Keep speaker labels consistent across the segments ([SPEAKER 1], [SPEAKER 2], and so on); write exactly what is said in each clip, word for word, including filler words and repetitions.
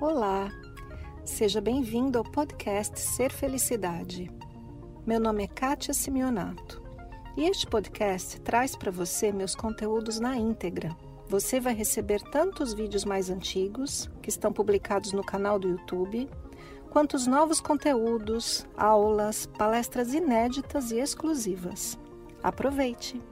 [SPEAKER 1] Olá, seja bem-vindo ao podcast Ser Felicidade. Meu nome é Kátia Simeonato e este podcast traz para você meus conteúdos na íntegra. Você vai receber tanto os vídeos mais antigos, que estão publicados no canal do YouTube, quanto os novos conteúdos, aulas, palestras inéditas e exclusivas. Aproveite!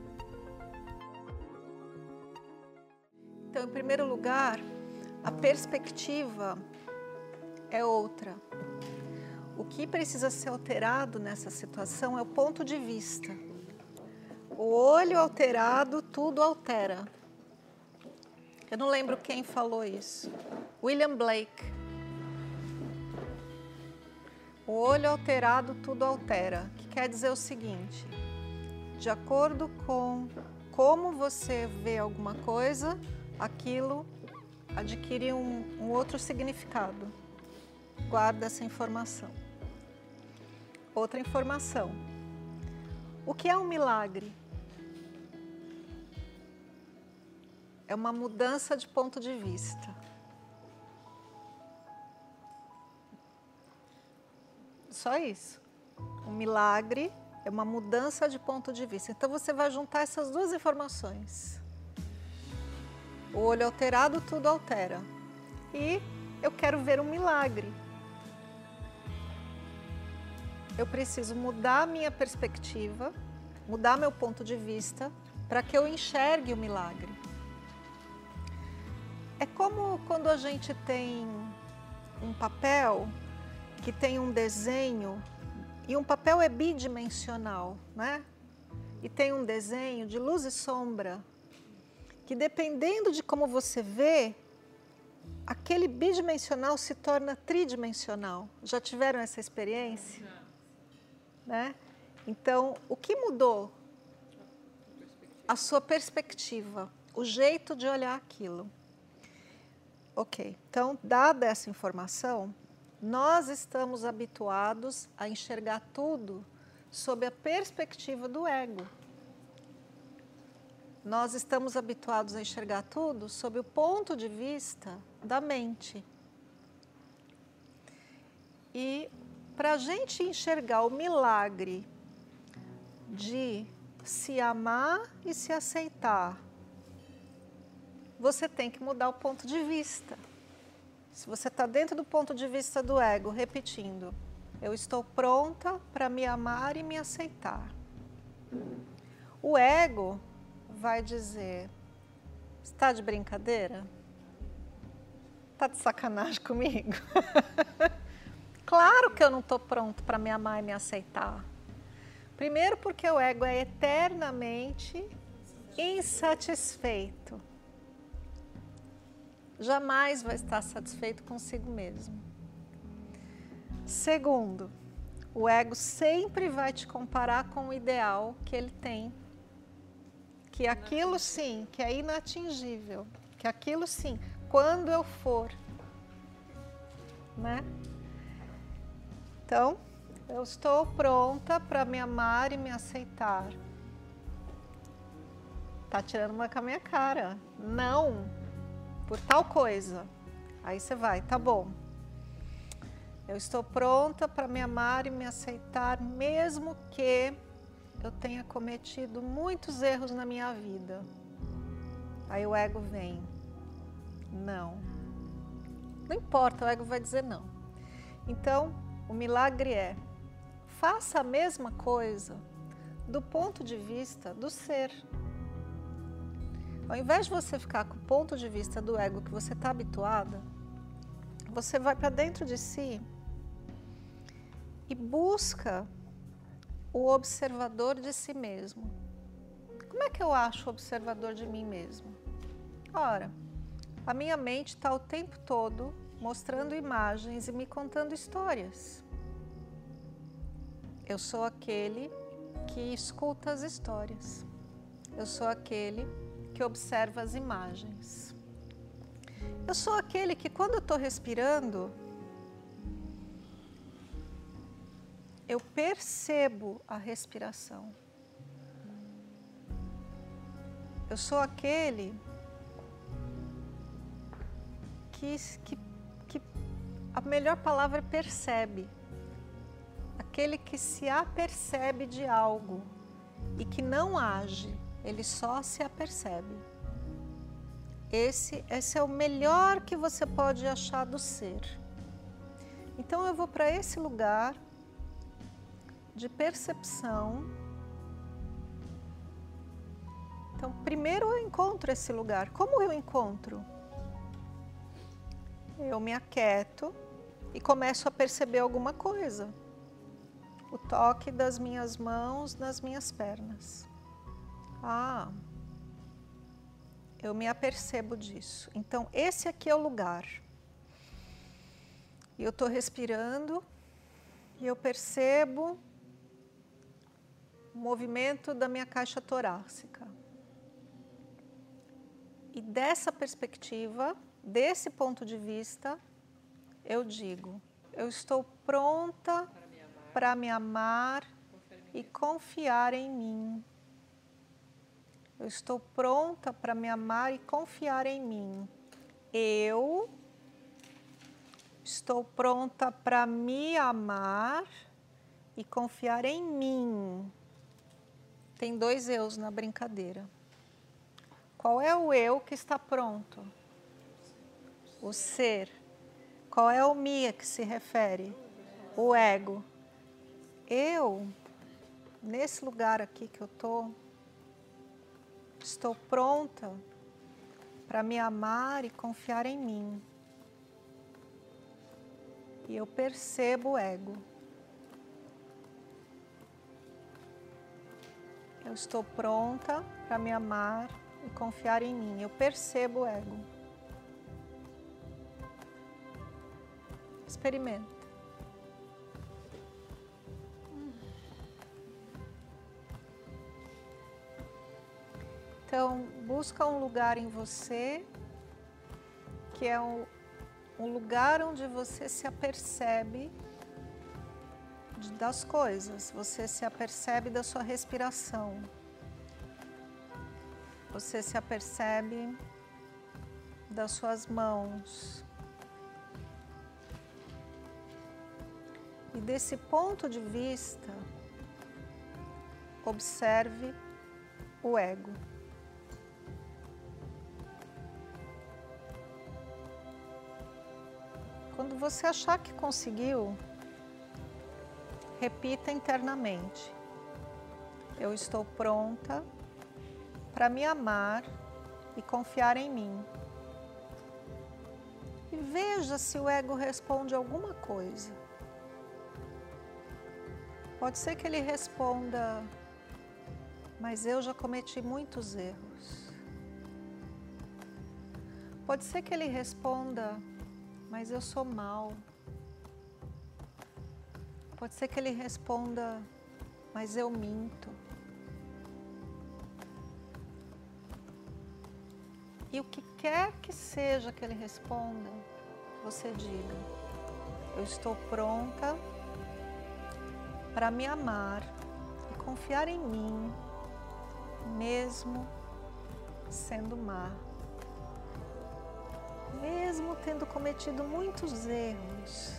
[SPEAKER 2] Então, em primeiro lugar, a perspectiva é outra. O que precisa ser alterado nessa situação é o ponto de vista. O olho alterado, tudo altera. Eu não lembro quem falou isso. William Blake. O olho alterado, tudo altera. Que quer dizer o seguinte: de acordo com como você vê alguma coisa, aquilo adquire um, um outro significado. Guarda essa informação. Outra informação. O que é um milagre? É uma mudança de ponto de vista. Só isso. Um milagre é uma mudança de ponto de vista. Então você vai juntar essas duas informações. O olho alterado, tudo altera. E eu quero ver um milagre. Eu preciso mudar a minha perspectiva, mudar meu ponto de vista, para que eu enxergue o milagre. É como quando a gente tem um papel que tem um desenho, e um papel é bidimensional, né? E tem um desenho de luz e sombra, que dependendo de como você vê, aquele bidimensional se torna tridimensional. Já tiveram essa experiência? Né? Então, o que mudou? A sua perspectiva, o jeito de olhar aquilo. Ok, então, dada essa informação, nós estamos habituados a enxergar tudo sob a perspectiva do ego. Nós estamos habituados a enxergar tudo sob o ponto de vista da mente. E para a gente enxergar o milagre de se amar e se aceitar, você tem que mudar o ponto de vista. Se você está dentro do ponto de vista do ego, repetindo, eu estou pronta para me amar e me aceitar. O ego vai dizer, está de brincadeira? Está de sacanagem comigo? Claro que eu não estou pronto para me amar e me aceitar. Primeiro porque o ego é eternamente insatisfeito. Jamais vai estar satisfeito consigo mesmo. Segundo, o ego sempre vai te comparar com o ideal que ele tem. Que aquilo sim, que é inatingível. Que aquilo sim, quando eu for. Né? Então, eu estou pronta para me amar e me aceitar. Tá tirando uma com a minha cara. Não, por tal coisa. Aí você vai, tá bom. Eu estou pronta para me amar e me aceitar, mesmo que eu tenha cometido muitos erros na minha vida. Aí o ego vem. Não. Não importa, o ego vai dizer não. Então, o milagre é, faça a mesma coisa do ponto de vista do ser. Ao invés de você ficar com o ponto de vista do ego que você está habituada, você vai para dentro de si e busca o observador de si mesmo. Como é que eu acho o observador de mim mesmo? Ora, a minha mente está o tempo todo mostrando imagens e me contando histórias. Eu sou aquele que escuta as histórias. Eu sou aquele que observa as imagens. Eu sou aquele que, quando eu estou respirando, eu percebo a respiração. Eu sou aquele que, que, que, a melhor palavra é percebe. Aquele que se apercebe de algo e que não age, ele só se apercebe. Esse, esse é o melhor que você pode achar do ser. Então eu vou para esse lugar de percepção. Então primeiro eu encontro esse lugar. Como eu encontro? Eu me aquieto e começo a perceber alguma coisa. O toque das minhas mãos nas minhas pernas. Ah, eu me apercebo disso. Então, esse aqui é o lugar. E eu estou respirando e eu percebo o movimento da minha caixa torácica. E dessa perspectiva, desse ponto de vista, eu digo, eu estou pronta para me amar e confiar em mim. Eu estou pronta para me amar e confiar em mim. Eu estou pronta para me amar e confiar em mim. Tem dois eus na brincadeira. Qual é o eu que está pronto? O ser. Qual é o me a que se refere? O ego. Eu, nesse lugar aqui que eu estou, estou pronta para me amar e confiar em mim. E eu percebo o ego. Eu estou pronta para me amar e confiar em mim. Eu percebo o ego. Experimenta. Então, busca um lugar em você que é um, um lugar onde você se apercebe das coisas, você se apercebe da sua respiração, você se apercebe das suas mãos. E desse ponto de vista, observe o ego. Quando você achar que conseguiu, repita internamente. Eu estou pronta para me amar e confiar em mim. E veja se o ego responde alguma coisa. Pode ser que ele responda, mas eu já cometi muitos erros. Pode ser que ele responda, mas eu sou mau. Pode ser que ele responda, mas eu minto. E o que quer que seja que ele responda, você diga, eu estou pronta para me amar e confiar em mim, mesmo sendo má. Mesmo tendo cometido muitos erros,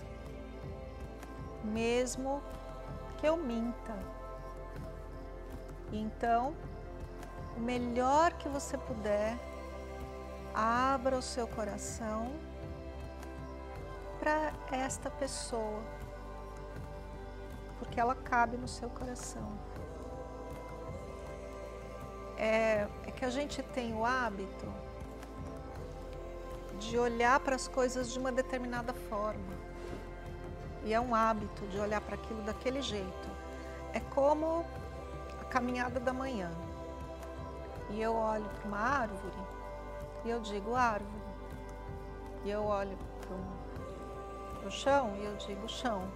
[SPEAKER 2] mesmo que eu minta. Então, o melhor que você puder, abra o seu coração para esta pessoa, porque ela cabe no seu coração. É, é que a gente tem o hábito de olhar para as coisas de uma determinada forma. E é um hábito de olhar para aquilo daquele jeito. É como a caminhada da manhã. E eu olho para uma árvore e eu digo árvore. E eu olho para o chão e eu digo chão.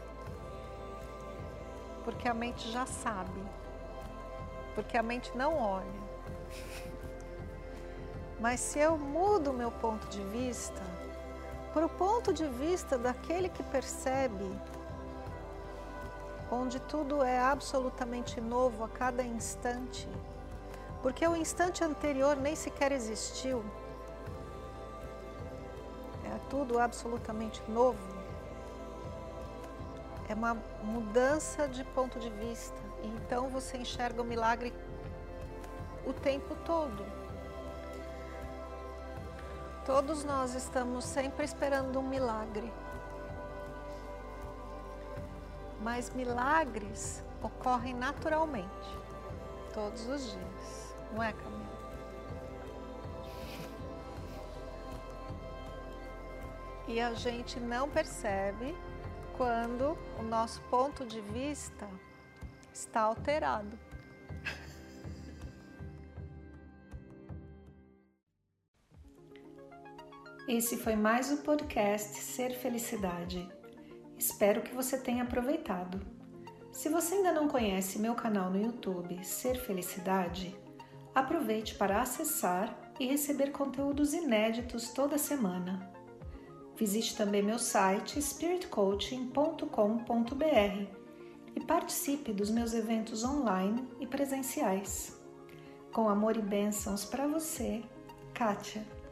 [SPEAKER 2] Porque a mente já sabe. Porque a mente não olha. Mas se eu mudo o meu ponto de vista, para o ponto de vista daquele que percebe, onde tudo é absolutamente novo a cada instante, porque o instante anterior nem sequer existiu. é tudo absolutamente novo, é uma mudança de ponto de vista. E então você enxerga o milagre o tempo todo. Todos nós estamos sempre esperando um milagre. Mas milagres ocorrem naturalmente, todos os dias, não é, Camila? E a gente não percebe quando o nosso ponto de vista está alterado.
[SPEAKER 1] Esse foi mais o podcast Ser Felicidade. Espero que você tenha aproveitado. Se você ainda não conhece meu canal no YouTube Ser Felicidade, aproveite para acessar e receber conteúdos inéditos toda semana. Visite também meu site spirit coaching ponto com ponto b r e participe dos meus eventos online e presenciais. Com amor e bênçãos para você, Kátia.